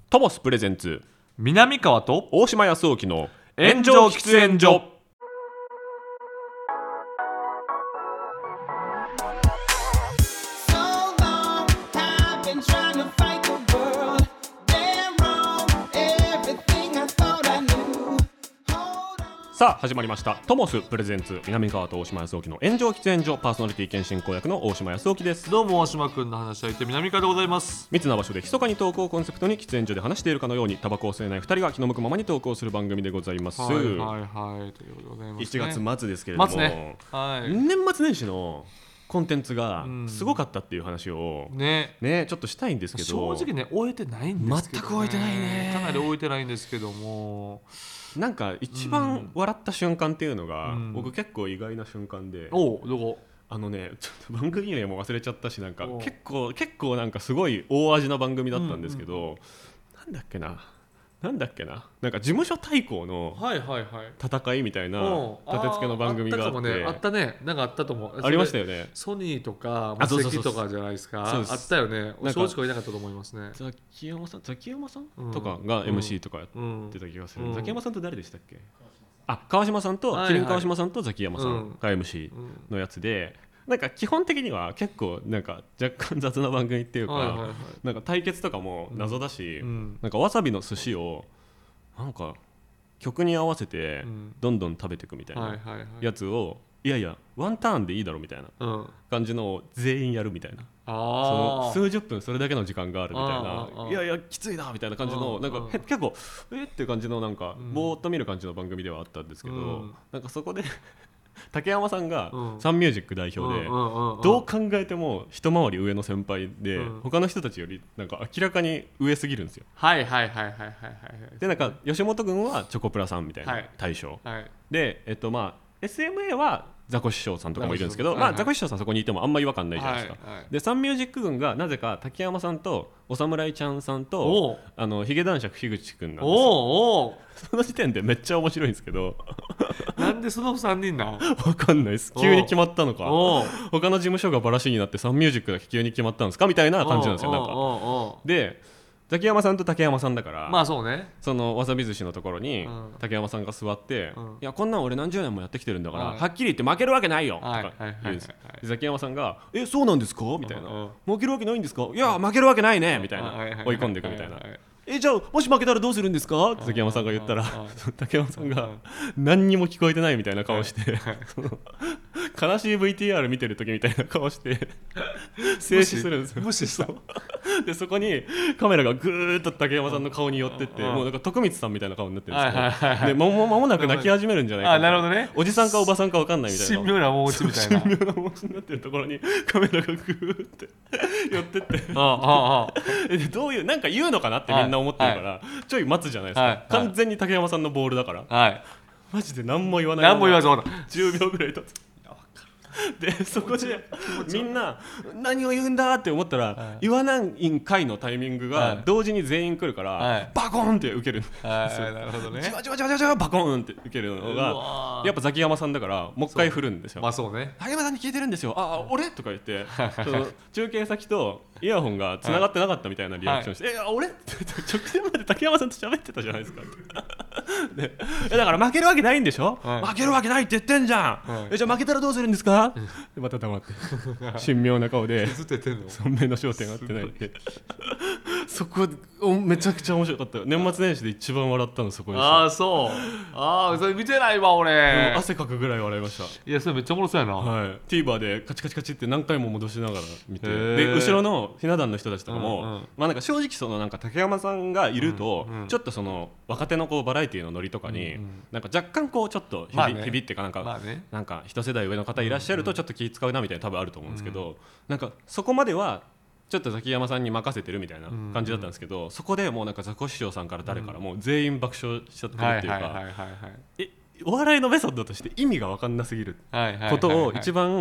トモスプレゼンツ南川と大島康沖の炎上喫煙所。 さあ始まりましたトモスプレゼンツ南川と大島康沖の炎上喫煙所。パーソナリティ兼進行役の大島康沖です。 どうも大島くんの話し相手南川でございます。 密な場所で密かにトークをコンセプトに喫煙所で話しているかのようにタバコを吸えない2人が気の向くままにトークをする番組でございます。 はいはいはいということでございますね。 1月末ですけれども、 ね、はい、 年末年始のコンテンツがすごかったっていう話をねちょっとしたいんですけど、 正直ね終えてないんですけど、ね、 全く終えてないね。 かなり終えてないんですけども、 なんか一番笑った瞬間っていうのが、僕結構意外な瞬間で、 どこちょっと番組名も忘れちゃったし、なんか結構なんかすごい大味な番組だったんですけど、なんだっけななんか事務所対抗の戦いみたいな立て付けの番組があって、 あったね、なんかあったと思う。 ありましたよね。 ソニーとかマセキとかじゃないですか。あったよね。正直はいなかったと思いますね。 ザキヤマさんとかが MC とかやってた気がする。ザキヤマさんと誰でしたっけ？川島さんと、キリン川島さんとザキヤマさんが MC のやつで、なんか基本的には結構なんか若干雑な番組っていうか、なんか対決とかも謎だし、なんかわさびの寿司をなんか曲に合わせてどんどん食べていくみたいなやつを、いやいやワンターンでいいだろみたいな感じのを全員やるみたいな、その数十分それだけの時間があるみたいな、いやいやきついなみたいな感じの、なんか結構っていう感じの、なんかぼーっと見る感じの番組ではあったんですけど、なんかそこで竹山さんがサンミュージック代表で、どう考えても一回り上の先輩で、他の人たちよりなんか明らかに上すぎるんですよ。でなんか吉本軍はチョコプラさんみたいな大将で、SMA はザコシショウさんとかもいるんですけど、ザコシショウさんそこにいてもあんま違和感ないじゃないですか。でサンミュージック軍がなぜか竹山さんとお侍ちゃんさんとヒゲ男爵樋口くんなんですよ。その時点でめっちゃ面白いんですけどなんでその3人なんわかんないです。急に決まったのか、他の事務所がバラシになってサンミュージックだけ急に決まったんですかみたいな感じなんですよ。なんかでザキヤマさんと竹山さんだから、 そうね、 そのわさび寿司のところに竹山さんが座って、いやこんなん俺何十年もやってきてるんだから、はっきり言って負けるわけないよとか言うんです。ザキヤマさんがそうなんですかみたいな、負けるわけないんですか、いや負けるわけないねみたいな、追い込んでいくみたいな。じゃあもし負けたらどうするんですかってザキヤマさんが言ったら、竹山さんが何にも聞こえてないみたいな顔して悲しい VTR 見てる時みたいな顔して静止するんですよ。 無視したでそこにカメラがぐーっと竹山さんの顔に寄ってって、もうなんか徳光さんみたいな顔になってるんですよ。で間もなく泣き始めるんじゃないか、 なるほどね、 おじさんかおばさんか分かんないみたいな神妙な面持ちみたいな神妙な面持ちになってるところにカメラがぐーって寄ってってでどういうなんか言うのかなってみんな思ってるから、ちょい待つじゃないですか。完全に竹山さんのボールだから、マジで何も言わない。 何も言わず 10秒ぐらい経つ。でそこでみんな何を言うんだって思ったら、言わないんかいのタイミングが同時に全員来るから、バコーンって受けるんですよ。 なるほどね。 じわじわじわじわバコーンって受けるのがやっぱザキヤマさんだから、もう一回振るんですよ。 そうね、 竹山さんに聞いてるんですよ、俺とか言ってその中継先とイヤホンが繋がってなかったみたいなリアクションして、俺直前まで竹山さんと喋ってたじゃないですかでだから負けるわけないんでしょ、負けるわけないって言ってんじゃん、じゃあ負けたらどうするんですか、でまた黙って神妙な顔で目の焦点合ってないってそこめちゃくちゃ面白かったよ。年末年始で一番笑ったのそこでした。 そうそれ見てないわ俺。 汗かくぐらい笑いました。 いやそれめっちゃおもろそうやな。 TVer でカチカチカチって何回も戻しながら見て、で後ろのひな壇の人たちとかも、なんか正直そのなんか竹山さんがいると、ちょっとその若手のこうバラエティのノリとかに、なんか若干こうちょっと響ってかなんか一世代上の方いらっしゃるとちょっと気使うなみたいな多分あると思うんですけど、なんかそこまではちょっとザキヤマさんに任せてるみたいな感じだったんですけど、そこでもうなんかザコシショウさんから誰からもう全員爆笑しちゃってるっていうか、お笑いのメソッドとして意味が分かんなすぎることを一番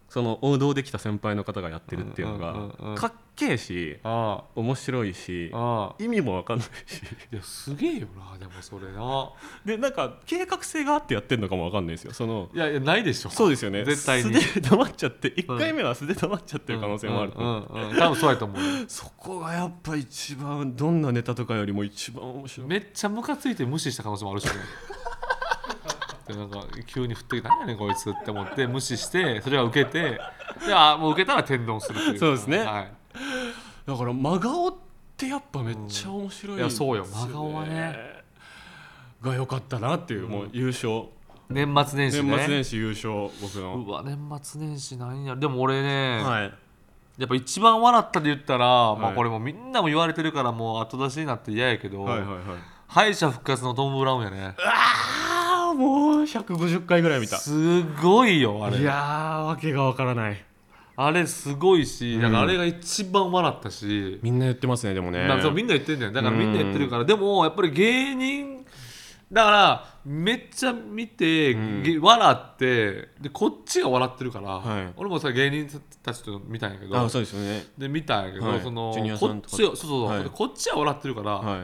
その王道できた先輩の方がやってるっていうのがかっけえし面白いし意味も分かんないしいやすげえよな。でもそれなでなんか計画性があってやってるのかも分かんないですよ。そのいやないでしょ。 そうですよね。 絶対に素で溜まっちゃって1回目は素で溜まっちゃってる可能性もある。 多分そうやと思う、ね、 そこがやっぱ一番どんなネタとかよりも一番面白い。 めっちゃムカついて無視した可能性もあるしねでなんか急に振ってきて何やねんこいつって思って無視してそれは受けてもう受けたら天丼するっていう。 そうですね、 はい、 だから真顔ってやっぱめっちゃ面白い、 いやそうよ真顔はねが良かったなっていう、もう優勝年末年始ね。 年末年始優勝僕の。 うわ年末年始何やでも俺ね、 はい、 やっぱ一番笑ったで言ったら、まあこれもみんなも言われてるからもう後出しになって嫌やけど、敗者復活のトム・ブラウンやね。 もう150回ぐらい見た。 すごいよあれ。 いやーわけがわからない。 あれすごいし、だからあれが一番笑ったし、 みんな言ってますね。でもね、 そうみんな言ってんだよ。だからみんな言ってるから、でもやっぱり芸人だからめっちゃ見て、笑ってでこっちが笑ってるから、俺もさ芸人たちと見たんやけど、 そうですよね。 で見たんやけど、そのジュニアさんとかこっちは笑ってるから、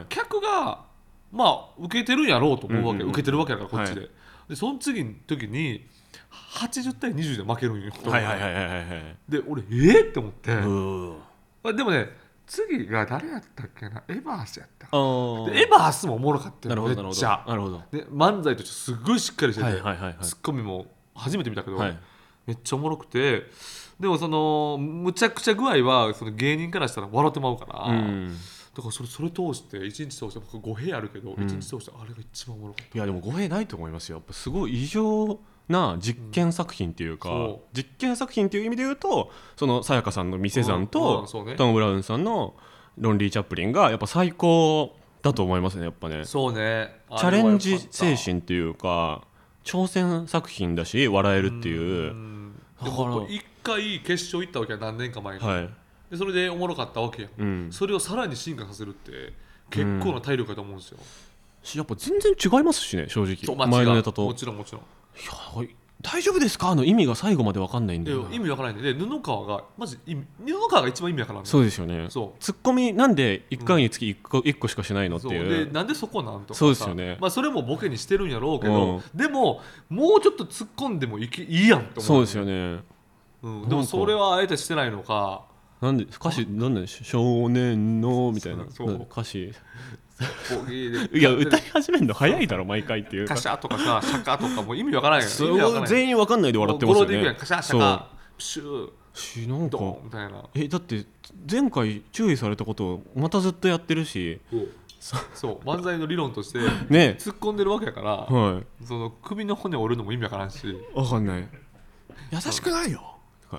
客がまあ受けてるんやろうと思うわけ、受けてるわけやからこっちで、でその次の時に80対20で負けるんよ。で俺って思って、でもね次が誰やったっけな、エバースやったでエバースもおもろかったよ。めっちゃで漫才としてすごいしっかりしてて、ツッコミも初めて見たけど、めっちゃおもろくて、でもそのむちゃくちゃ具合はその芸人からしたら笑ってまうから、だからそれ通して一日通して僕語弊あるけど、一日通してあれが一番おもろかった。 いやでも語弊ないと思いますよ。やっぱすごい異常な実験作品っていうか、実験作品っていう意味で言うと、そのさやかさんの店山とトム・ブラウンさんのロンリー・チャップリンがやっぱ最高だと思いますね。やっぱね、 そうね、 チャレンジ精神っていうか挑戦作品だし笑えるっていう。 でも一回決勝行ったわけは何年か前に、でそれでおもろかったわけや、それをさらに進化させるって結構な体力だと思うんですよ。 やっぱ全然違いますしね、正直前のネタと。 もちろんいや大丈夫ですかの意味が最後まで分かんないんだよ。 意味分からないんで、布川がマジ布川が一番意味分からない。 そうですよね。ツッコミなんで1回につき1個しかしないのっていう、 でなんでそこなんとかさ、 そうですよね。 それもボケにしてるんやろうけど、でももうちょっと突っ込んでもいいやんって思う。 そうですよね。 でもそれはあえてしてないのか、 なんで歌詞なんで少年のみたいな歌詞いや歌い始めるの早いだろ毎回っていうカシャとかさシャカとかも意味わからないよね。 全員わかんないで笑ってますよね。 カシャシャカプシューなんかドンみたいな。 だって前回注意されたことをまたずっとやってるし、 そう漫才の理論としてね突っ込んでるわけやから、その首の骨折るのも意味わからんし、 わかんない。優しくないよ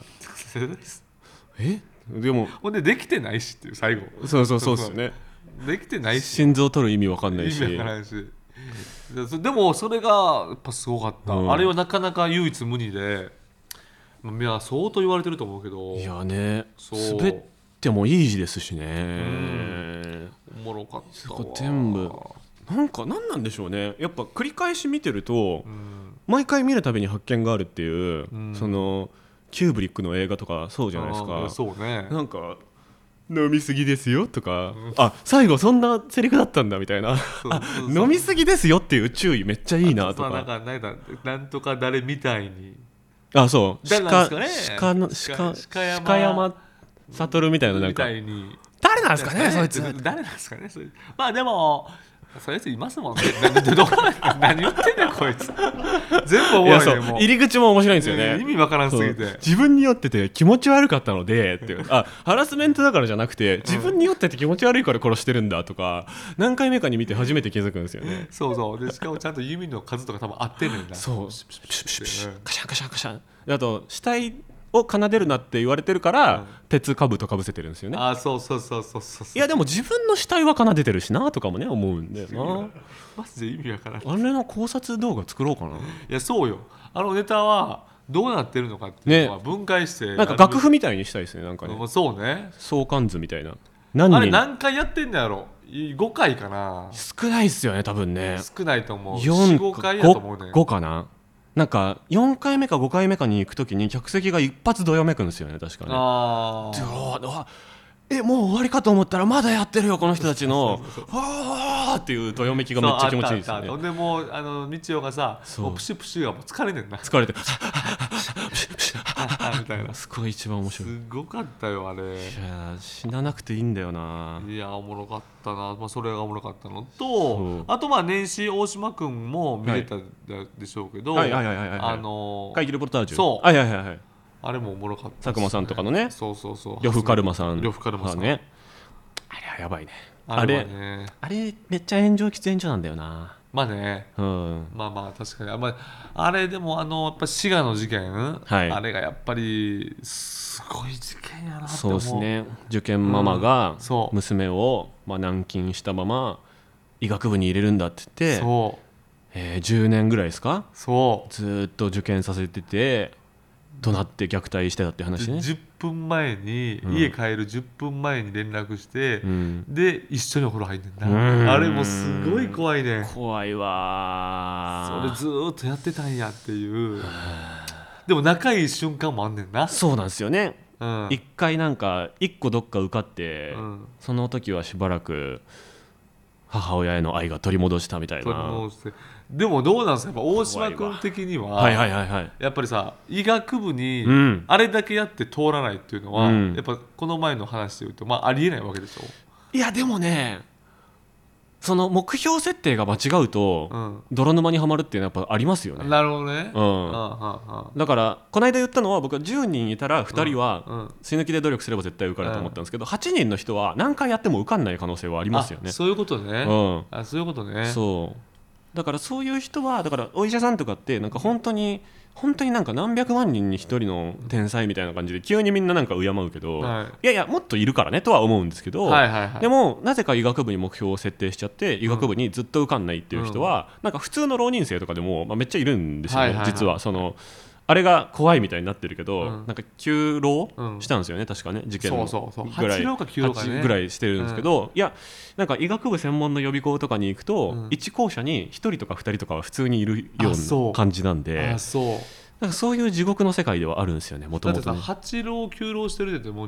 でもほんできてないしっていう最後。 そうですね。 できてないし心臓取る意味わかんないし、 でもそれがやっぱすごかった、あれはなかなか唯一無二で、いや相当言われてると思うけど、 いやね滑ってもいいですしね、 おもろかったわ。 全部なんなんでしょうね。やっぱ繰り返し見てると、毎回見るたびに発見があるっていう、そのキューブリックの映画とかそうじゃないですか。 そうね、 なんか飲みすぎですよとか、最後そんなセリフだったんだみたいな、飲みすぎですよっていう注意めっちいいなとか、 なんとか誰みたいに、 そう鹿山悟みたいな、なんか誰なんですかねそいつ、 誰なんですかねそいつ。でもそういうやついますもんね。何言ってんねんこいつ。全部覚えても入り口も面白いんですよね。 意味わからんすぎて自分に酔ってて気持ち悪かったのでっていうハラスメントだからじゃなくて自分に酔ってて気持ち悪いから殺してるんだとか、何回目かに見て初めて気づくんですよね。 でしかもちゃんと弓の数とか多分合ってんねんな。 そうカシャンカシャンカシャン、あと死体を奏でるなって言われてるから、鉄兜かぶせてるんですよね。 そういやでも自分の死体は奏でてるしなとかもね思うんだよな。 マジで意味わからん。 あれの考察動画作ろうかな。 いやそうよ、ネタはどうなってるのかっていうのは分解して、 なんか楽譜みたいにしたいですね。なんかね、 そうね、 相関図みたいな。 あれ何回やってんだやろ。5回かな。 少ないっすよね多分ね。 少ないと思う。4、5回やと思うね。 5かな。 なんか4回目か5回目かに行くときに客席が一発どよめくんですよね、確かね。もう終わりかと思ったらまだやってるよこの人たちのわーっていうどよめきがめっちゃ気持ちいいですよね。 でもう道夫がさ、もうプシュプシュがもう疲れてんな、 疲れてプシュみたいな、 すごい一番面白い。 すごかったよあれ。いや死ななくていいんだよな。 いやおもろかったな、それがおもろかったのと、あと年始大島くんも見れたでしょうけど、 会議レポルタージュ、 そう、あれもおもろかった、 佐久間さんとかのね、 そう呂布カルマさん、 ね、あれはやばいね。 あれめっちゃ炎上喫煙所なんだよな。 まあね、まあ確かにあれでもやっぱ滋賀の事件、あれがやっぱりすごい事件やなって思う。 そうですね、受験ママが娘を軟禁したまま医学部に入れるんだって言って、10年ぐらいですか、ずっと受験させてて怒鳴って虐待してたって話ね。 10分前に、家帰る10分前に連絡して、で一緒にお風呂入んねんな。あれもすごい怖いね。 怖いわ。 それずーっとやってたんやっていう。でも仲いい瞬間もあんねんな。 そうなんですよね。一回なんか一個どっか受かって、その時はしばらく母親への愛が取り戻したみたいな。 でもどうなんですか、やっぱ大島君的には、やっぱりさ医学部にあれだけやって通らないっていうのは、やっぱこの前の話でいうとありえないわけでしょ。 いやでもね、その目標設定が間違うと、泥沼にはまるっていうのはやっぱありますよね。 なるほどね。 だからこの間言ったのは、僕は10人いたら2人は死ぬ気で努力すれば絶対受かると思ったんですけど、8人の人は何回やっても受かんない可能性はありますよね。 そういうことね。そういうことね。 そうだからそういう人は、だからお医者さんとかってなんか本当になんか何百万人に一人の天才みたいな感じで急にみんななんか敬うけど、いやもっといるからねとは思うんですけど、でもなぜか医学部に目標を設定しちゃって医学部にずっと受かんないっていう人は、なんか普通の浪人生とかでもめっちゃいるんですよね。実はそのあれが怖いみたいになってるけど、なんか9浪したんですよね、確かね、受験のぐらい、8ぐらいしてるんですけど、いやなんか医学部専門の予備校とかに行くと、1校舎に1人とか2人とかは普通にいるような感じなんで、なんかそういう地獄の世界ではあるんですよね、もともと。 だってさ、8浪9浪してるってもう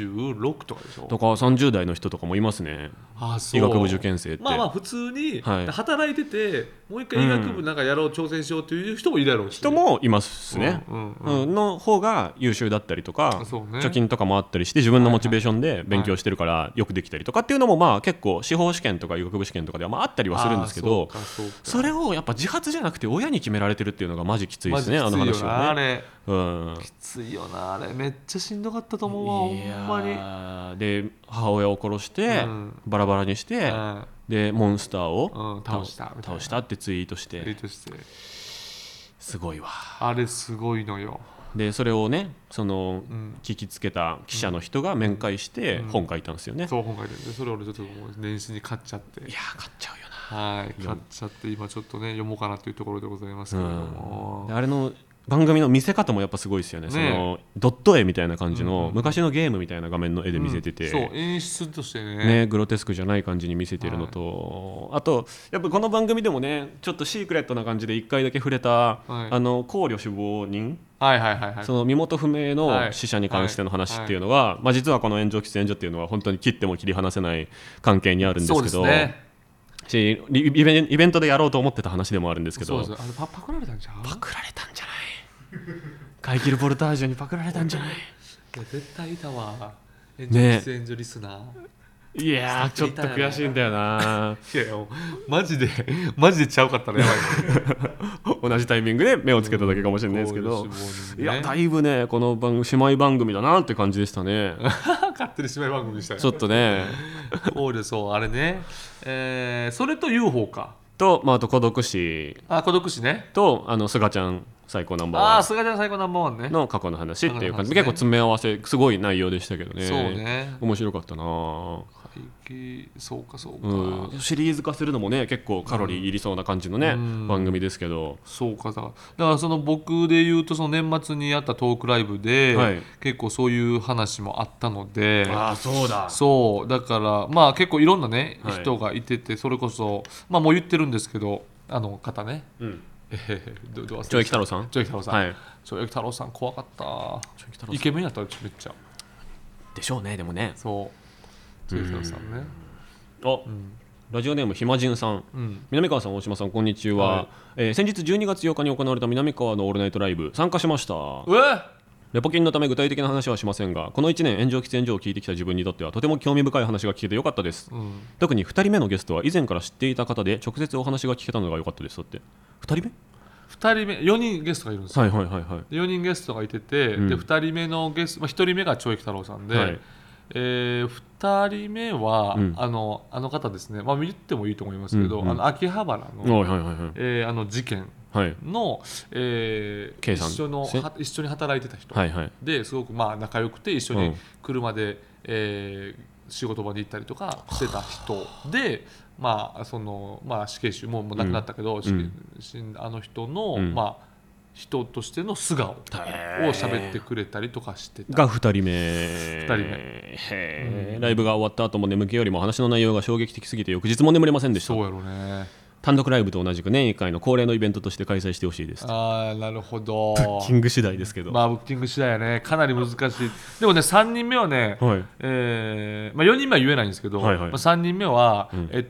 26とかでしょ。 とか30代の人とかもいますね、医学部受験生って。 普通に働いてて、もう一回医学部なんかやろう、挑戦しようっていう人もいるだろうし、 人もいますね。の方が優秀だったりとか、貯金とかもあったりして、自分のモチベーションで勉強してるからよくできたりとかっていうのも結構司法試験とか医学部試験とかではあったりはするんですけど、それをやっぱ自発じゃなくて親に決められてるっていうのがマジきついですね、あの話はね。 きついよなあれ。めっちゃしんどかったと思うわ、ほんまに。 で母親を殺して、バラバラにして、でモンスターを倒したってツイートして、すごいわあれ。すごいのよ。 でそれをね、その聞きつけた記者の人が面会して本書いたんですよね。 そう、本書いてるんで、それ俺ちょっと年始に買っちゃって。 いや買っちゃうよな。 買っちゃって今ちょっとね読もうかなというところでございますけれども、 あれの番組の見せ方もやっぱすごいですよね。そのドット絵みたいな感じの、昔のゲームみたいな画面の絵で見せてて、 そう演出としてね、 グロテスクじゃない感じに見せてるのと、あとやっぱこの番組でもね、ちょっとシークレットな感じで1回だけ触れた、考慮死亡人、その身元不明の死者に関しての話っていうのは、実はこの炎上喫煙所っていうのは本当に切っても切り離せない関係にあるんですけど、イベントでやろうと思ってた話でもあるんんですけど、 パクられたんじゃない？ パクられたんじゃない？怪奇ルポルタージュにパクられたんじゃない？ 絶対いたわ、炎上喫煙所リスナー。 いやちょっと悔しいんだよな。 いやマジでちゃうかったらやばい同じタイミングで目をつけただけかもしれないですけど、いやだいぶねこの姉妹番組だなって感じでしたね。 勝手に姉妹番組でしたね、 ちょっとね。 そうあれね、それと UFO かと、あと孤独死ねとすがちゃん最高ナンバーワン、 すがちゃん最高ナンバーワンねの過去の話っていう感じで、結構詰め合わせすごい内容でしたけどね。 そうね、 面白かったな。 そうか、 シリーズ化するのもね結構カロリーいりそうな感じのね、番組ですけど。 そうか、だからその僕で言うと、その年末にやったトークライブで、結構そういう話もあったので、そうだから結構いろんなね、人がいてて、それこそもう言ってるんですけど、あの方ね、 長駅太郎さん、 長駅太郎さん、 はい、 長駅太郎さん怖かった。イケメンやっためっちゃでしょうね。でもね、 そう長駅太郎さんね。 ラジオネームひまじんさん、南川さん、大島さん、こんにちは。先日12月8日に行われた南川のオールナイトライブ参加しました。レポ金のため具体的な話はしませんが、この1年炎上喫煙所を聞いてきた自分にとってはとても興味深い話が聞けてよかったです、特に2人目のゲストは以前から知っていた方で直接お話が聞けたのが良かったです。だって2人目 4人ゲストがいるんですよ。 はいはいはいはい、 4人ゲストがいてて、で2人目のゲスト、1人目が長駅太郎さんで、2人目は、あの方ですね、言ってもいいと思いますけど、秋葉原の、事件の、一緒に働いてた人、ですごく仲良くて一緒に車で、仕事場に行ったりとかしてた人で、死刑囚もう亡くなったけど、あの人の、人としての素顔を喋ってくれたりとかしてたが2人目。ライブが終わった後も眠気よりも話の内容が衝撃的すぎて翌日も眠れませんでした。 そうやろね。 単独ライブと同じく年1回の恒例のイベントとして開催してほしいです。 なるほど。 ブッキング次第ですけど、 ブッキング次第やね。かなり難しい。でもね、3人目はね、4人目は言えないんですけど、3人目は、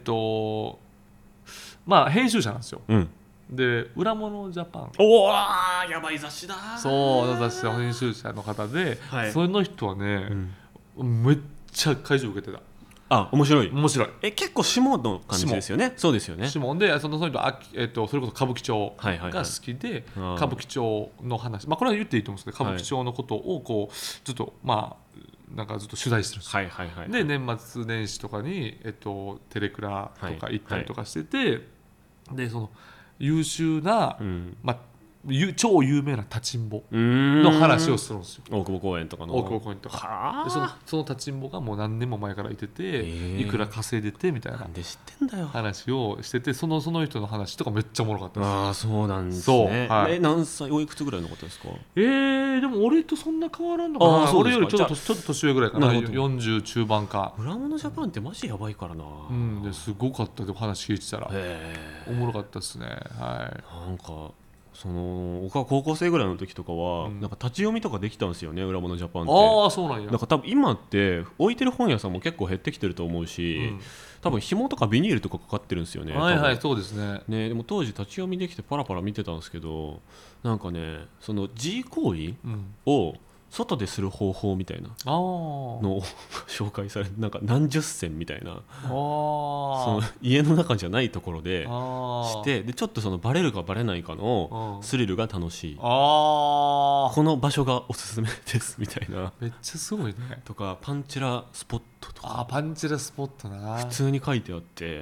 編集者なんですよ。で、裏物ジャパン、 やばい雑誌だ。 そう雑誌の編集者の方で、その人はね、めっちゃ会場受けてた。 面白い。結構下の感じですよね。そうですよね。 下で、その人それこそ歌舞伎町が好きで、歌舞伎町の話、これは言っていいと思うんですけど、歌舞伎町のことをこうずっとなんかずっと取材してるんですよ。で、年末年始とかにテレクラとか行ったりとかしてて、でその優秀な、超有名な立ちんぼの話をするんですよ。 大久保公園とかの。 大久保公園とかでその立ちんぼがもう何年も前からいてて、いくら稼いでてみたいな話をしてて、その人の話とかめっちゃおもろかったです。 そうなんですね。何歳、おいくつぐらいの方ですか？ でも俺とそんな変わらんのかな。俺よりちょっと年上ぐらいかな。40中盤か。 裏物ジャパンってマジやばいからな。 ですごかった。でも話聞いてたらおもろかったですね。 なんか僕は高校生ぐらいの時とかは、なんか立ち読みとかできたんですよね、裏物ジャパンって。 そうなんや。 なんか多分今って置いてる本屋さんも結構減ってきてると思うし、多分紐とかビニールとかかかってるんですよね。 そうですね。 でも当時立ち読みできてパラパラ見てたんですけど、なんかね、その G 行為を外でする方法みたいなのを紹介されて、なんか何十銭みたいな、その家の中じゃないところでして、でちょっとそのバレるかバレないかのスリルが楽しい、この場所がおすすめですみたいな。 めっちゃすごいね。とかパンチラスポットとか、 パンチラスポットな、 普通に書いてあって、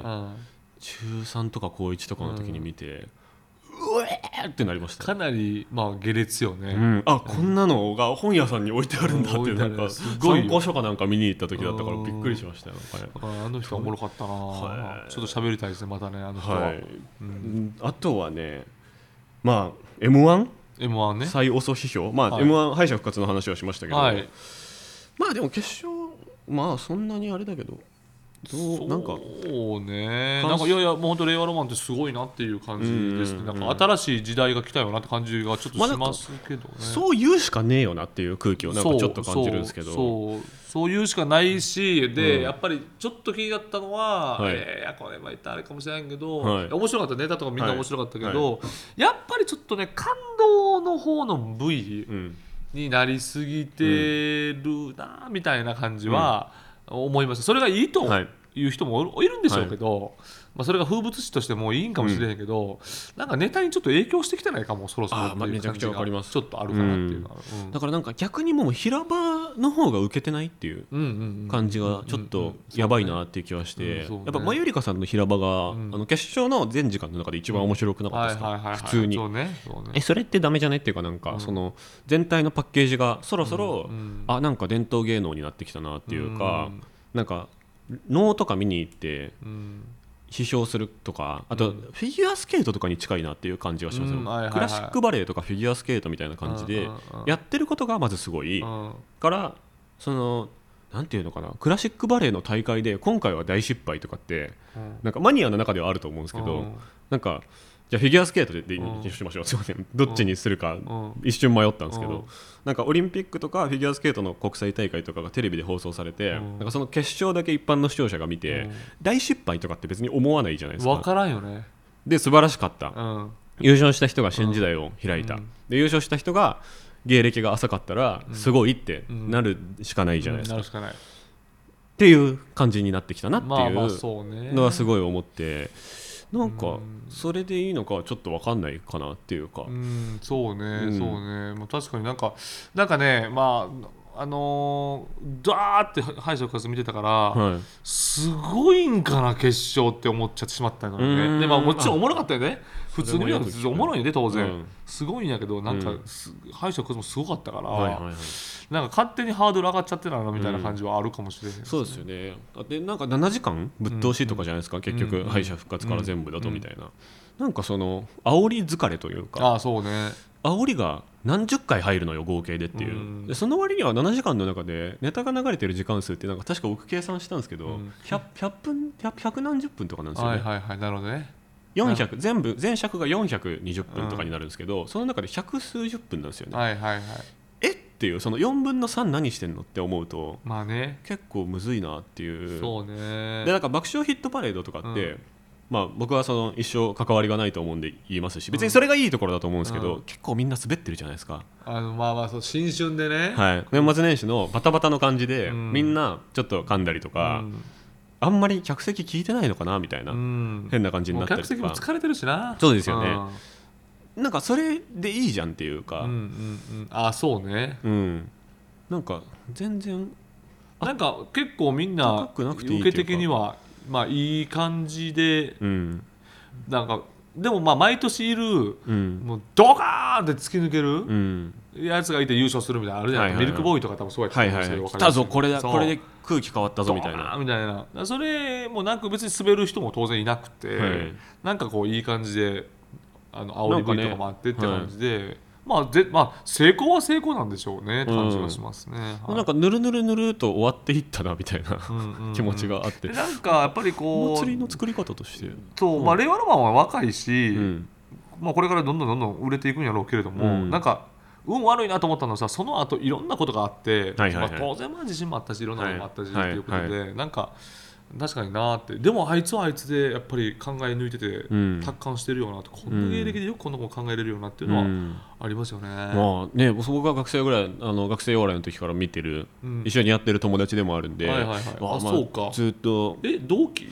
中3とか高1とかの時に見て、うえーってなりました。 かなり下劣よね。 こんなのが本屋さんに置いてあるんだって、なんか参考書かなんか見に行った時だったからびっくりしましたよ。 あの人はおもろかったな。ちょっと喋りたいですね、またね、あの人は。 あとはね、M1 ね、 最遅批評、M1 敗者復活の話はしましたけど、でも決勝そんなにあれだけど、なんかね、なんかいやもう本当令和ロマンってすごいなっていう感じですね。なんか新しい時代が来たよなって感じがちょっとしますけどね。 そう言うしかねえよなっていう空気をなんかちょっと感じるんですけど、 そう言うしかないし、でやっぱりちょっと気になったのは、これは言ったらあれかもしれないけど、面白かったネタとかみんな面白かったけど、やっぱりちょっとね、感動の方の部位になりすぎてるなみたいな感じは思いました。それがいいという人もいるんでしょうけど、それが風物詩としてもいいんかもしれへんけど、なんかネタにちょっと影響してきてないかも、そろそろっていう感じがちょっとあるかなっていうのは、 だからなんか逆にもう平場の方が受けてないっていう感じがちょっとやばいなっていう気はして、やっぱマユリカさんの平場が決勝の全時間の中で一番面白くなかったですか、普通に。それってダメじゃねっていうか、なんかその全体のパッケージがそろそろなんか伝統芸能になってきたなっていうか、なんか能とか見に行って批評するとか、あとフィギュアスケートとかに近いなっていう感じがしますよ。クラシックバレエとかフィギュアスケートみたいな感じでやってることがまずすごいから、そのなんていうのかな、クラシックバレエの大会で今回は大失敗とかってなんかマニアの中ではあると思うんですけど、なんかじゃあフィギュアスケートでにしましょう、すいません、どっちにするか一瞬迷ったんですけど、なんかオリンピックとかフィギュアスケートの国際大会とかがテレビで放送されて、なんかその決勝だけ一般の視聴者が見て、大失敗とかって別に思わないじゃないですか。 分からんよね。 で素晴らしかった、優勝した人が新時代を開いた、で優勝した人が芸歴が浅かったらすごいってなるしかないじゃないですか、 なるしかないっていう感じになってきたなっていうのはすごい思って、なんかそれでいいのかはちょっと分かんないかなっていうか、 そうね、そうね、まあ、確かになんかね、まあダーって敗者復活見てたから、すごいんかな決勝って思っちゃってしまったのよね。で、まあ、もちろんおもろかったよね、普通に見るとおもろいんで当然、すごいんやけど、なんか敗者復活もすごかったから、なんか勝手にハードル上がっちゃってたなみたいな感じはあるかもしれない、 そうですよね。でなんか7時間ぶっ通しとかじゃないですか、結局敗者復活から全部だとみたいな、なんかその煽り疲れというか、 そうね、 煽りが何十回入るのよ合計でっていう、でその割には7時間の中でネタが流れてる時間数ってなんか確か僕計算したんですけど、100何十分とかなんですよね。 なるほどね。 400全尺が420分とかになるんですけど、その中で百数十分なんですよね。っていうその4分の3何してんのって思うと、 まあね、 結構むずいなっていう。 そうね。 でなんか爆笑ヒットパレードとかって、まあ、僕はその一生関わりがないと思うんで言いますし、別にそれがいいところだと思うんですけど、結構みんな滑ってるじゃないですか。 そう新春でね、 年末年始のバタバタの感じで、みんなちょっと噛んだりとか、あんまり客席聞いてないのかなみたいな、変な感じになったりとか。 客席も疲れてるしな。 そうですよね。なんかそれでいいじゃんっていうか、 そうね、 なんか全然なんか結構みんな受け的にはまあいい感じで、なんかでもまあ毎年いる、もうドカーンって突き抜けるやつがいて優勝するみたいなのあるじゃないですか。ミルクボーイとか多分そうやってたんですよ。 来たぞこれで空気変わったぞみたいなそれもなく別に滑る人も当然いなくて、なんかこういい感じで煽り V とかもあってって感じで、まあ成功は成功なんでしょうねって感じがしますね。 なんかぬるぬるぬると終わっていったなみたいな気持ちがあって、 なんかやっぱりこう祭りの作り方としてまあ令和ロマンは若いし、まあこれからどんどん売れていくんやろうけれども、なんか運悪いなと思ったのはさ、その後いろんなことがあって、当然まあ自信もあったしいろんなこともあったしっていうことで、なんか確かになって。でもあいつはあいつでやっぱり考え抜いてて達観してるよなって、こんな芸歴でよくこんなこと考えれるよなっていうのはありますよね。 まあね、僕が学生お笑いの時から見てる、一緒にやってる友達でもあるんで、 そうか、 ずっと同期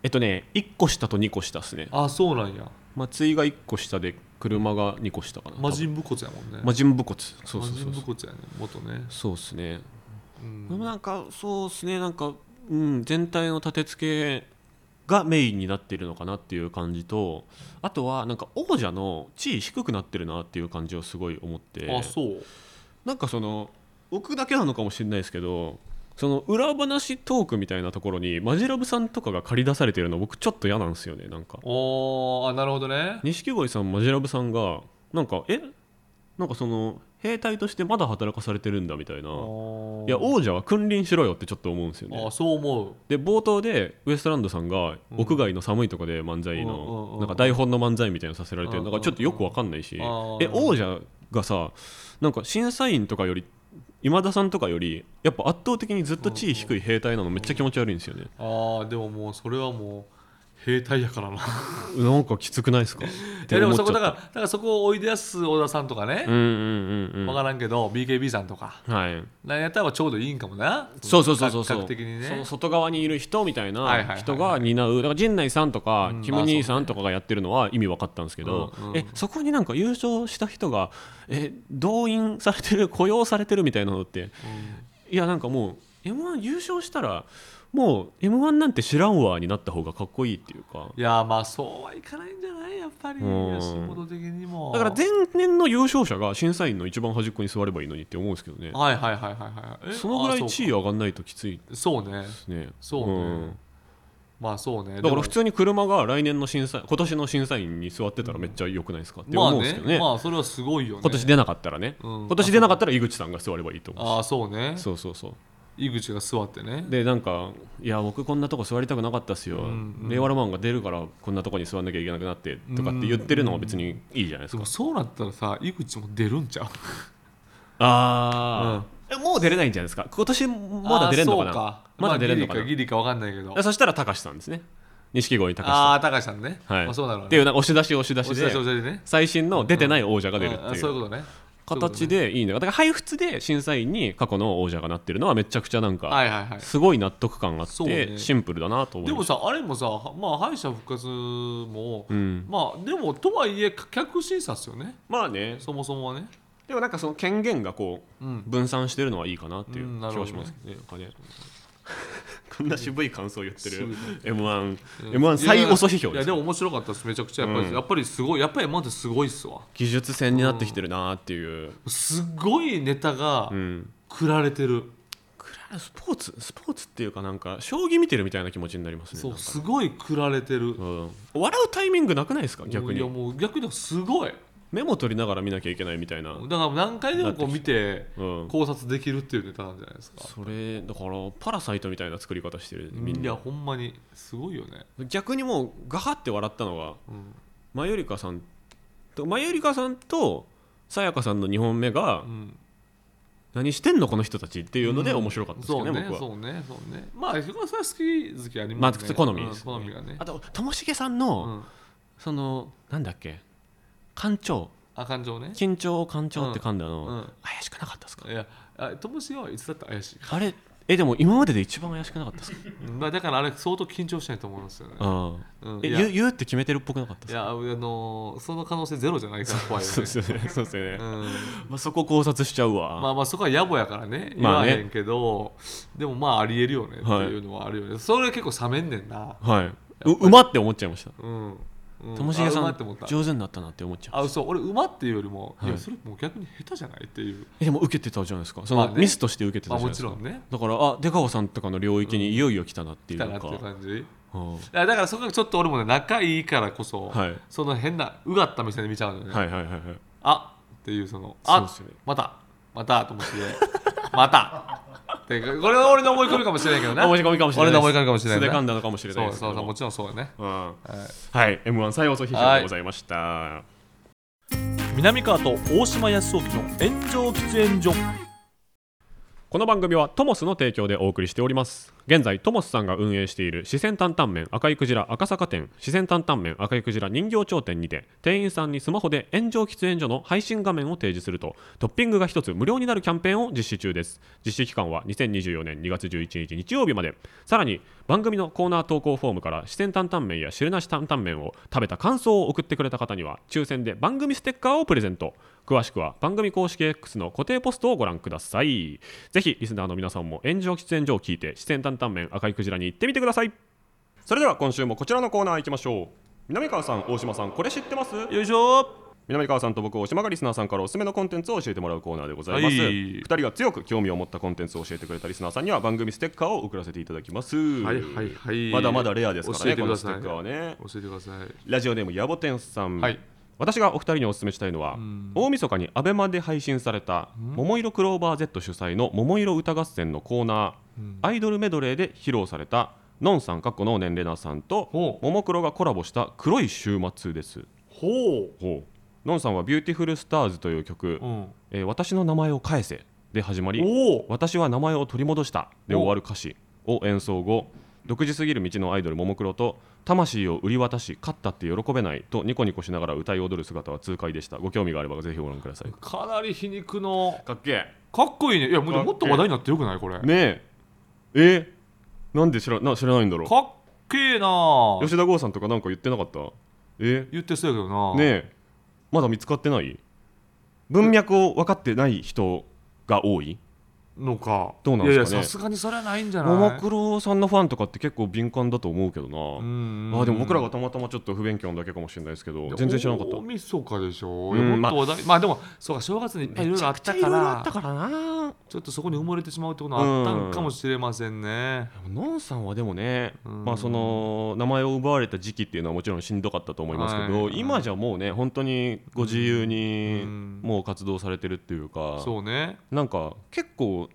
1個下と2個下ですね。 そうなんや。 松井が1個下で車が2個下かな。 魔人武骨やもんね。 魔人武骨、そう魔人武骨やね、元ね。 そうですね。なんかそうですね、なんか全体の立て付けがメインになっているのかなっていう感じと、あとはなんか王者の地位低くなってるなっていう感じをすごい思って、なんかその僕だけなのかもしれないですけど、その裏話トークみたいなところにマジラブさんとかが借り出されてるの僕ちょっと嫌なんですよね。なんかなるほどね。 錦鯉さんマジラブさんがなんかその兵隊としてまだ働かされてるんだみたいな、いや王者は君臨しろよってちょっと思うんですよね。 そう思う。で冒頭でウエストランドさんが屋外の寒いところで漫才のなんか台本の漫才みたいなのさせられてるのがちょっとよく分かんないし、王者がさなんか審査員とかより今田さんとかよりやっぱ圧倒的にずっと地位低い兵隊なのめっちゃ気持ち悪いんですよね。 でももうそれはもう兵隊やからななんかきつくないですか。 でもそこだからそこをおいでやす小田さんとかね、分からんけど BKB さんとか、何やったらちょうどいいんかもな。 そう格的にね、 その外側にいる人みたいな人が担う。だから陣内さんとかキム兄さんとかがやってるのは意味分かったんですけど、そこになんか優勝した人が動員されてる雇用されてるみたいなのって、いやなんかもう M1 優勝したらもう M1 なんて知らんわになった方がかっこいいっていうか。 いやまあそうはいかないんじゃないやっぱり吉本的にも。 だから前年の優勝者が審査員の一番端っこに座ればいいのにって思うんですけどね。そのぐらい地位上がんないときついですね。 そうね、まあそうね。 だから普通に車が来年の今年の審査員に座ってたらめっちゃ良くないですかって思うんですけどね。 まあそれはすごいよね。 今年出なかったらね、今年出なかったら井口さんが座ればいいと思うし。 そうね。 そう井口が座ってねでなんかいや僕こんなとこ座りたくなかったっすよ、令和ロマンが出るからこんなとこに座んなきゃいけなくなってとかって言ってるのは別にいいじゃないですか。 でもそうなったらさ井口も出るんちゃうああ、もう出れないんじゃないですか。今年まだ出れんのかな。 そうかまだ出れんのかな、 ギリか分かんないけどそしたら高橋さんですね。錦鯉高橋さん。 ああ高橋さんね、 はい、 そうなのねっていう押し出しでね、 最新の出てない王者が出るっていう、 そういうことね形でいいんだよ。だから配布で審査員に過去の王者がなってるのはめちゃくちゃなんかすごい納得感があってシンプルだなと思いました。 でもさあれもさ、まあ、敗者復活も、まあでもとはいえ客審査っすよね。 まあね、 そもそもはね。 でもなんかその権限がこう、分散してるのはいいかなっていう気はしますね。こんな渋い感想を言ってる M1 最遅批評です。 いやでも面白かったです。めちゃくちゃやっぱりすごい、やっぱり M1 ってすごいっすわ。 技術戦になってきてるなっていう、 すごいネタが繰られてる、 スポーツっていうかなんか将棋見てるみたいな気持ちになりますね。 そうすごい繰られてる、 笑うタイミングなくないですか逆に。 いやもう逆にすごいメモ取りながら見なきゃいけないみたいな。 だから何回でもこう見て考察できるっていうネタなんじゃないですか。 それだからパラサイトみたいな作り方してるみんな。いやほんまにすごいよね。 逆にもうガハって笑ったのが、マユリカさんとさやかさんの2本目が、何してんのこの人たちっていうので面白かったですけどね、僕は。 そうねまあそれは好きありますね。 好みです、 好みがね。 あとともしげさんの、そのなんだっけ、緊張を官庁って噛んだの、怪しくなかったですか。 いやともしげはいつだったら怪しい。 あれでも今までで一番怪しくなかったですか。 だからあれ相当緊張しないと思いますよね。 言うって決めてるっぽくなかったですか。 いやその可能性ゼロじゃないから怖いよね。 そうですよね。そこ考察しちゃうわ。 まあそこは野暮やからね言わへんけど、でもまあありえるよねっていうのはあるよね。それ結構冷めんねんな。 うまって思っちゃいました。ともしげさん上手になったなって思っちゃう。 そう俺馬っていうよりも、いやそれもう逆に下手じゃないっていう。 でも受けてたじゃないですか。そのミスとして受けてたじゃないですか。 もちろんね。 だから出川さんとかの領域にいよいよ来たなっていうか。 来たなっていう感じ。だからそこがちょっと俺もね仲いいからこそ、その変なうがった目線で見ちゃうのね。あっていうそのまたと思ってまた。これは俺の思い込みかもしれないけどね。 思い込みかもしれない。 俺の思い込みかもしれない。 素で噛んだのかもしれないです。 そうもちろんそうだね。 はい、M1 最遅批評でございました。 南川と大島康雄の炎上喫煙所。 この番組はトモスの提供でお送りしております。現在トモスさんが運営している四川担々麺赤いクジラ赤坂店、四川担々麺赤いクジラ人形町店にて、店員さんにスマホで炎上喫煙所の配信画面を提示するとトッピングが1つ無料になるキャンペーンを実施中です。実施期間は2024年2月11日日曜日まで。さらに番組のコーナー投稿フォームから四川担々麺や汁なし担々麺を食べた感想を送ってくれた方には抽選で番組ステッカーをプレゼント。詳しくは番組公式 X の固定ポストをご覧ください。ぜひリスナーの皆さんも炎上喫煙所を聞いて四川担々麺赤いクジラに行ってみてください。それでは今週もこちらのコーナー行きましょう。南川さん、大島さん、これ知ってます？ よいしょ。 南川さんと僕、大島がリスナーさんからおすすめのコンテンツを教えてもらうコーナーでございます。2人が強く興味を持ったコンテンツを教えてくれたリスナーさんには番組ステッカーを送らせていただきます。まだまだレアですからね、このステッカーはね。 教えてください。 ラジオネームやぼてんさん、私がお二人にお勧めしたいのは、大晦日にアベマで配信された桃色クローバー Z 主催の桃色歌合戦のコーナー、アイドルメドレーで披露されたのんさんかっこの年齢なさんとももクロがコラボした黒い週末です。のんさんはビューティフルスターズという曲、私の名前を返せで始まり、私は名前を取り戻したで終わる歌詞を演奏後、独自すぎる道のアイドルももクロと魂を売り渡し勝ったって喜べないとニコニコしながら歌い踊る姿は痛快でした。ご興味があればぜひご覧ください。 かなり皮肉のかっけえ、 かっこいいね。いやもっと話題になってよくないこれねえ。なんで知らないんだろう。 かっけえな。 吉田剛さんとかなんか言ってなかった？ 言ってそうやけどな。 ねえ、まだ見つかってない？文脈を分かってない人が多いのか。 どうなんですかね。 いやさすがにそれはないんじゃない？ ももクロさんのファンとかって結構敏感だと思うけどな。でも僕らがたまたまちょっと不勉強なだけかもしれないですけど、全然知らなかった。 大晦日でしょ。まあでもそうか、正月にいっぱいいろいろあったからな、ちょっとそこに埋もれてしまうってことはあったんかもしれませんね。 のんさんはでもね、その名前を奪われた時期っていうのはもちろんしんどかったと思いますけど、今じゃもうね本当にご自由にもう活動されてるっていうか、 そうね、 なんか結構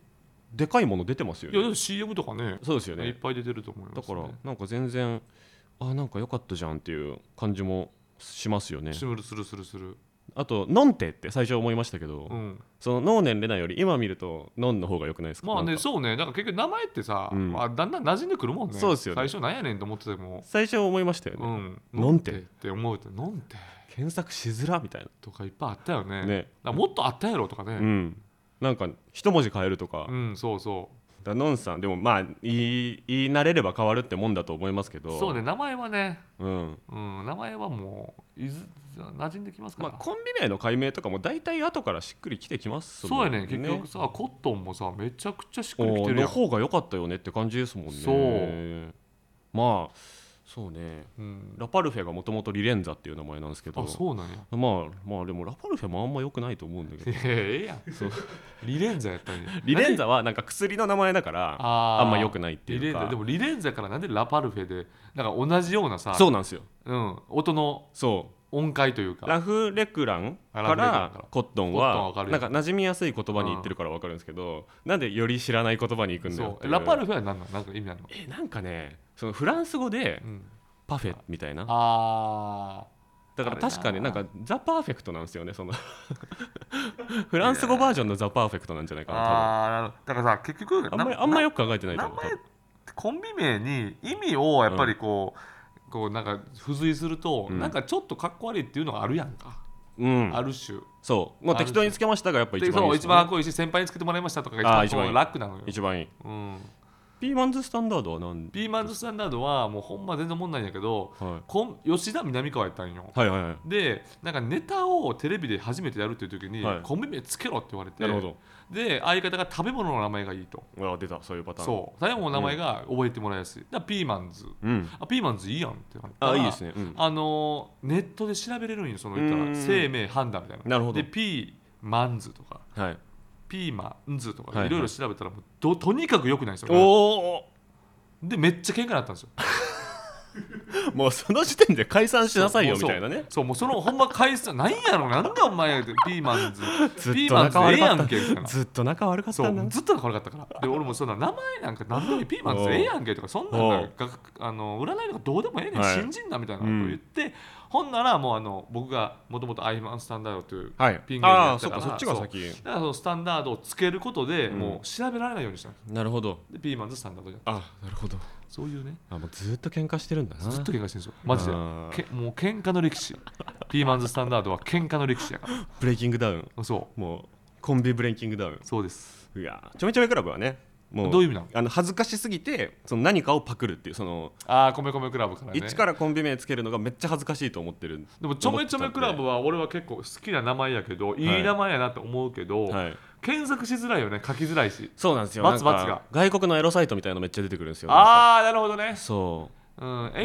でかいもの出てますよね。 いや CM とかね、 そうですよね、 いっぱい出てると思います、ね、 だからなんか全然なんか良かったじゃんっていう感じもしますよね。 する。 あとノンテって最初思いましたけど、その能年レナより今見るとノンの方が良くないですか。 まあね、そうね、だから結局名前ってさ、まあ、だんだん馴染んでくるもんね。 そうですよね。 最初なんやねんと思ってても最初思いましたよね、ノンテって思うと、ノンテ検索しづらみたいなとかいっぱいあったよね。 ね、 だもっとあったやろとかね、 なんか一文字変えるとか、 そうそう。 だノンさんでもまあ言い慣れれば変わるってもんだと思いますけど、 そうね、名前はね、名前はもう馴染んできますから、 コンビ名の解明とかも大体後からしっくりきてきますもんね。そうやね、結局さ、コットンもさめちゃくちゃしっくりきてるやん。 の方が良かったよねって感じですもんね。 そうまあそうね、ラパルフェがもともとリレンザっていう名前なんですけど、 そうなんや。 まあでもラパルフェもあんま良くないと思うんだけどええやん。そうリレンザやったんや。 リレンザはなんか薬の名前だからあんま良くないっていうか。 でもリレンザからなんでラパルフェでなんか同じようなさ、 そうなんですよ、 音の音階というか、 ラフレクランからコットンはなんか馴染みやすい言葉に言ってるから分かるんですけど、なんでより知らない言葉に行くんだよっていう。 ラパルフェは何なの？なんか意味あるの？ なんかね、そのフランス語でパフェみたいな、だから確かになんかザ・パーフェクトなんですよね、そのフランス語バージョンのザ・パーフェクトなんじゃないかな。 だからさ、結局あんまよく考えてないと思う。 名前コンビ名に意味をやっぱりこうなんか付随すると、なんかちょっとかっこ悪いっていうのがあるやんか、ある種。 そうもう適当につけましたがやっぱ一番いいですよね。 一番かっこいいし、先輩につけてもらいましたとかが一番楽なのよ。 一番いい。ピーマンズスタンダードは何？ ピーマンズスタンダードはもうほんま全然おもんないんやけど、吉田南川やったんよ。でなんかネタをテレビで初めてやるっていう時に、コンビ名つけろって言われて、 なるほど。 で相方が食べ物の名前がいいと。 出た、そういうパターン。 そう食べ物の名前が覚えてもらいやすい。だからピーマンズ、ピーマンズいいやんって言われたら、 いいですね。 ネットで調べれるんよ、その言ったら生命判断みたいな。 なるほど。 でピーマンズとか、ピーマンズとかいろいろ調べたらもうとにかく良くないんですよ。でめっちゃ喧嘩になったんですよ。 もうその時点で解散しなさいよみたいなね。 そうもうそのほんま解散なんやろ、なんでお前ピーマンズピーマンズええやんけみたいな。 ずっと仲悪かったんだ。 ずっと仲悪かったから。で俺もそんな名前なんか何でもピーマンズええやんけとか、そんなん占いとかどうでもええねん、信じんなみたいなこと言って、ほんならもう僕がもともとアイマンスタンダードというピン芸人やったから、 そっちが先。 だからそのスタンダードをつけることでもう調べられないようにしたんです。 なるほど。 でピーマンズスタンダードやった。 なるほど。 そういうね。 もうずっと喧嘩してるんだな。 ずっと喧嘩してるんですよマジで。もう喧嘩の歴史。ピーマンズスタンダードは喧嘩の歴史やから。 ブレイキングダウン。 そうもうコンビブレイキングダウン。 そうです。 いやちょめちょめクラブはね、もうどういう意味なの？ 恥ずかしすぎてその何かをパクるっていう、その米米クラブからね、 一からコンビ名つけるのがめっちゃ恥ずかしいと思ってる。 でもちょめちょめクラブは俺は結構好きな名前やけど、いい名前やなと思うけど、検索しづらいよね、書きづらいし。 そうなんですよ。 バツバツが外国のエロサイトみたいなのめっちゃ出てくるんですよ。 なるほどね。 そう、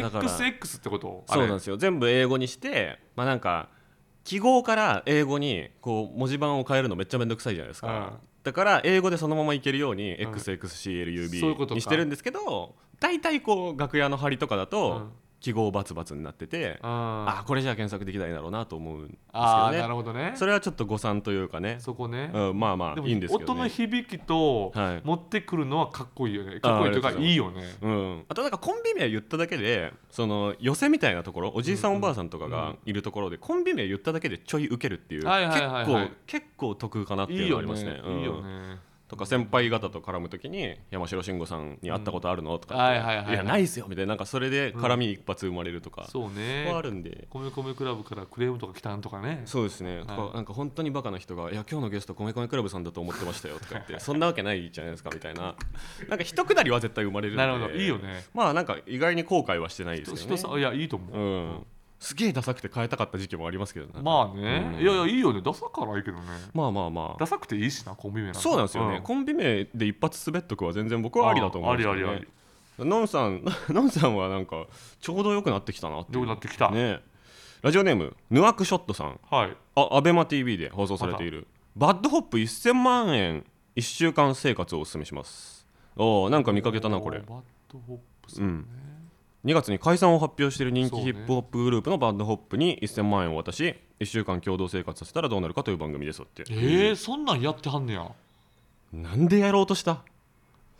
XX ってこと？ そうなんですよ。全部英語にして、なんか記号から英語にこう文字盤を変えるのめっちゃめんどくさいじゃないですか。だから英語でそのままいけるように XXCLUB にしてるんですけど、大体こう楽屋の張りとかだと記号バツバツになってて、これじゃあ検索できないだろうなと思うんですけどね。 なるほどね。 それはちょっと誤算というかね。 そこね。 まあいいんですけどね。 音の響きと持ってくるのはかっこいいよね。かっこいいというかいいよね。 あとなんかコンビ名言っただけで、その寄せみたいなところ、おじいさんおばあさんとかがいるところでコンビ名言っただけでちょい受けるっていう、結構得かなっていうのがありますね。いいよね。とか先輩方と絡むときに山城慎吾さんに会ったことあるのとか、いやないっすよみたいな、なんかそれで絡み一発生まれるとか、そうね、あるんで、 米米クラブからクレームとか来たんとかね。 そうですね。なんか本当にバカな人が、いや今日のゲスト米米クラブさんだと思ってましたよとか言ってそんなわけないじゃないですかみたいな、なんか一くだりは絶対生まれるんで。 なるほど、いいよね。 なんか意外に後悔はしてないですよね。 いやいいと思う。 すげえダサくて変えたかった時期もありますけどね。 いやいいよね。ダサからいいけどね。 ダサくていいしな、コンビ名なんか。 そうなんですよね。コンビ名で一発滑っとくは全然僕はありだと思うんですよね。ありノンさんはなんかちょうど良くなってきたなって。 良くなってきたね。ラジオネームヌアクショットさん。アベマ TV で放送されているバッドホップ1000万円1週間生活をお勧めします。なんか見かけたなこれ。 バッドホップさんね。 2月に解散を発表している人気ヒップホップグループのバッドホップに1000万円を渡し1週間共同生活させたらどうなるかという番組ですって。 そんなんやってはんねや。 なんでやろうとした？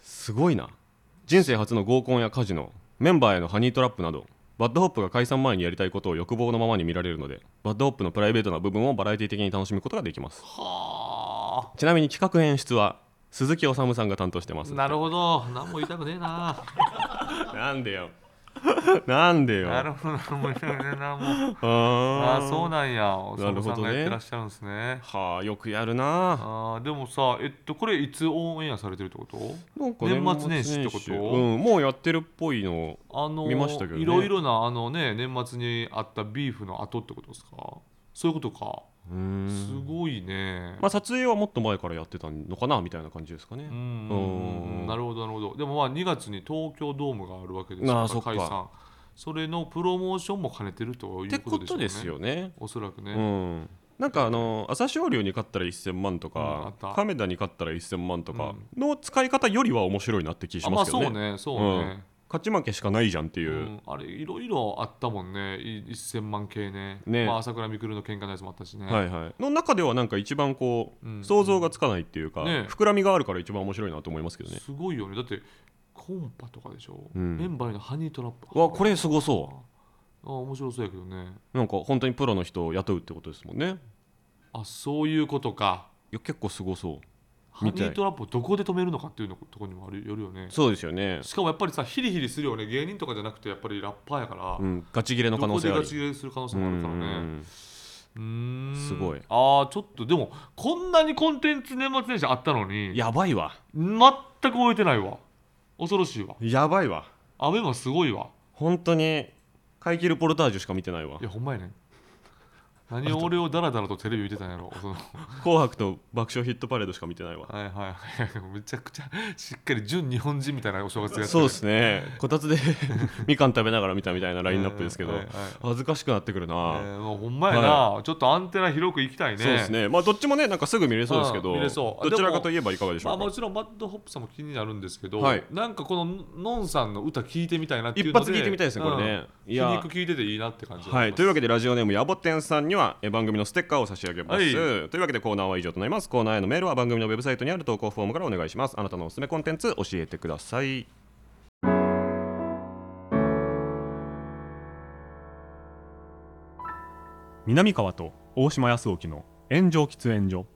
すごいな。人生初の合コンやカジノ、メンバーへのハニートラップなど、バッドホップが解散前にやりたいことを欲望のままに見られるので、バッドホップのプライベートな部分をバラエティ的に楽しむことができます。 はちなみに企画演出は鈴木おさむさんが担当してます。 なるほど。何も言いたくねえななんでよなんでよ。 なるほど、何も言いたくねえな。もうああ、そうなんや。おさむさんがやってらっしゃるんですね。 はあ、よくやるな。 でもさ、これいつオンエアされてるってこと？ なんか年末年始ってこと？ もうやってるっぽいの見ましたけどね。 いろいろな年末にあったビーフの後ってことですか？そういうことか。すごいね。 撮影はもっと前からやってたのかなみたいな感じですかね。 なるほどなるほど。でも2月に東京ドームがあるわけですから解散。それのプロモーションも兼ねてるということでしょうね。ってことですよね。おそらくね。 なんか朝青龍に勝ったら1000万とか、亀田に勝ったら1000万とかの使い方よりは面白いなって気しますけどね。 そうね。 勝ち負けしかないじゃんっていう、 あれいろいろあったもんね。1000万系ね。朝倉未来の喧嘩のやつもあったしね。 の中ではなんか一番こう、想像がつかないっていうか、膨らみがあるから一番面白いなと思いますけどね。 すごいよね。だってコンパとかでしょ、メンバーのハニートラップ。 わ、これすごそう。 面白そうやけどね。 なんか本当にプロの人を雇うってことですもんね。 そういうことか。 いや結構すごそう。 ハニートラップをどこで止めるのかっていうのところにもよるよね。 そうですよね。 しかもやっぱりさ、ヒリヒリするよね。芸人とかじゃなくてやっぱりラッパーやから、 ガチ切れの可能性ある。 どこでガチ切れする可能性もあるからね。 すごい。 ちょっとでもこんなにコンテンツ年末年始あったのにやばいわ。 全く覚えてないわ。恐ろしいわ。 やばいわ。 アベマすごいわ。 本当に買い切るポルタージュしか見てないわ。 いやほんまやね。何を俺をダラダラとテレビ見てたんやろ。 紅白と爆笑ヒットパレードしか見てないわ。 めちゃくちゃしっかり純日本人みたいなお正月やってる。 そうですね。こたつでみかん食べながら見たみたいなラインナップですけど、恥ずかしくなってくるな。 もうほんまやな。ちょっとアンテナ広く行きたいね。 そうですね。どっちもねなんかすぐ見れそうですけど、どちらかといえばいかがでしょうか。 もちろんバッドホップさんも気になるんですけど、なんかこののんさんの歌聞いてみたいなっていうので、 一発聞いてみたいですねこれね。 皮肉聞いてていいなって感じ。 というわけでラジオネームやぼてんさんには番組のステッカーを差し上げます。というわけでコーナーは以上となります。コーナーへのメールは番組のウェブサイトにある投稿フォームからお願いします。あなたのおすすめコンテンツ教えてください。南川と大島康沖の炎上喫煙所。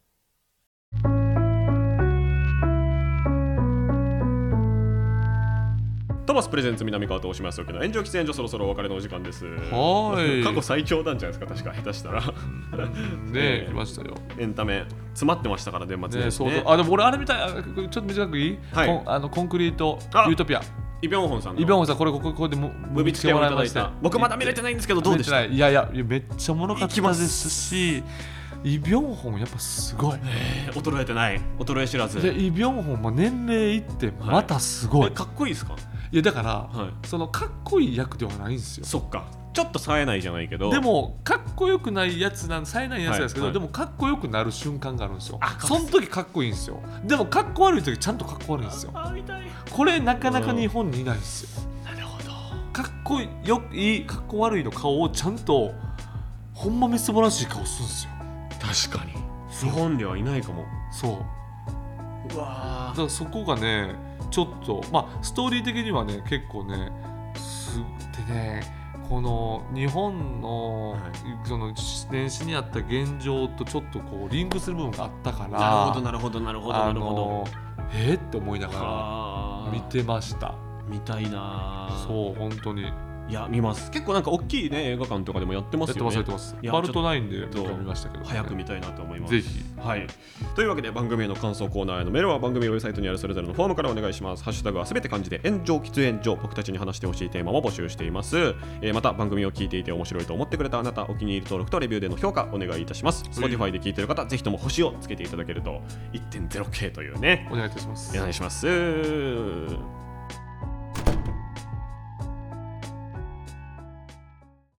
トマスプレゼンツ南川と大島康沖の炎上喫煙所、そろそろお別れのお時間です。過去最強なんじゃないですか、確か下手したらね。来ましたよ。 エンタメ詰まってましたから年末年始ね。 でも俺あれみたい、ちょっと短くいい？コンクリートユートピア、 イ・ビョンホンさんのここでムビつけてもらいました。僕まだ見れてないんですけどどうでした？ いやめっちゃおもろかったですし、イ・ビョンホンやっぱすごい。 衰えてない、衰え知らずでイ・ビョンホンも年齢いってまたすごい。 かっこいいですか？ いやだから、そのかっこいい役ではないんですよ。 そっか、ちょっと冴えないじゃないけど、 でもかっこよくないやつ冴えないやつですけど、でもかっこよくなる瞬間があるんですよ。その時かっこいいんですよ。でもかっこ悪い時ちゃんとかっこ悪いんですよ。これなかなか日本にいないんですよ。 なるほど。 かっこいいかっこ悪いの顔をちゃんとほんまみすぼらしい顔するんですよ。 確かに日本ではいないかも。 そうわ、だからそこがねちょっとストーリー的にはね結構ねでね、この日本の、その年始にあった現状とちょっとこうリンクする部分があったから、 なるほどって思いながら見てました。 見たいな。 そう本当に。 いや見ます。結構なんか大きいね映画館とかでもやってますよね。 やってます。バルト9で見ましたけど、 早く見たいなと思います。 ぜひ。 というわけで番組への感想コーナーへのメールは番組ウェブサイトにあるそれぞれのフォームからお願いします。ハッシュタグはすべて漢字で炎上喫煙所。僕たちに話してほしいテーマも募集しています。また番組を聞いていて面白いと思ってくれたあなた、お気に入り登録とレビューでの評価お願いいたします。Spotify で聞いている方、ぜひとも星をつけていただけると 1.0K というね、 お願いいたします。 お願いします。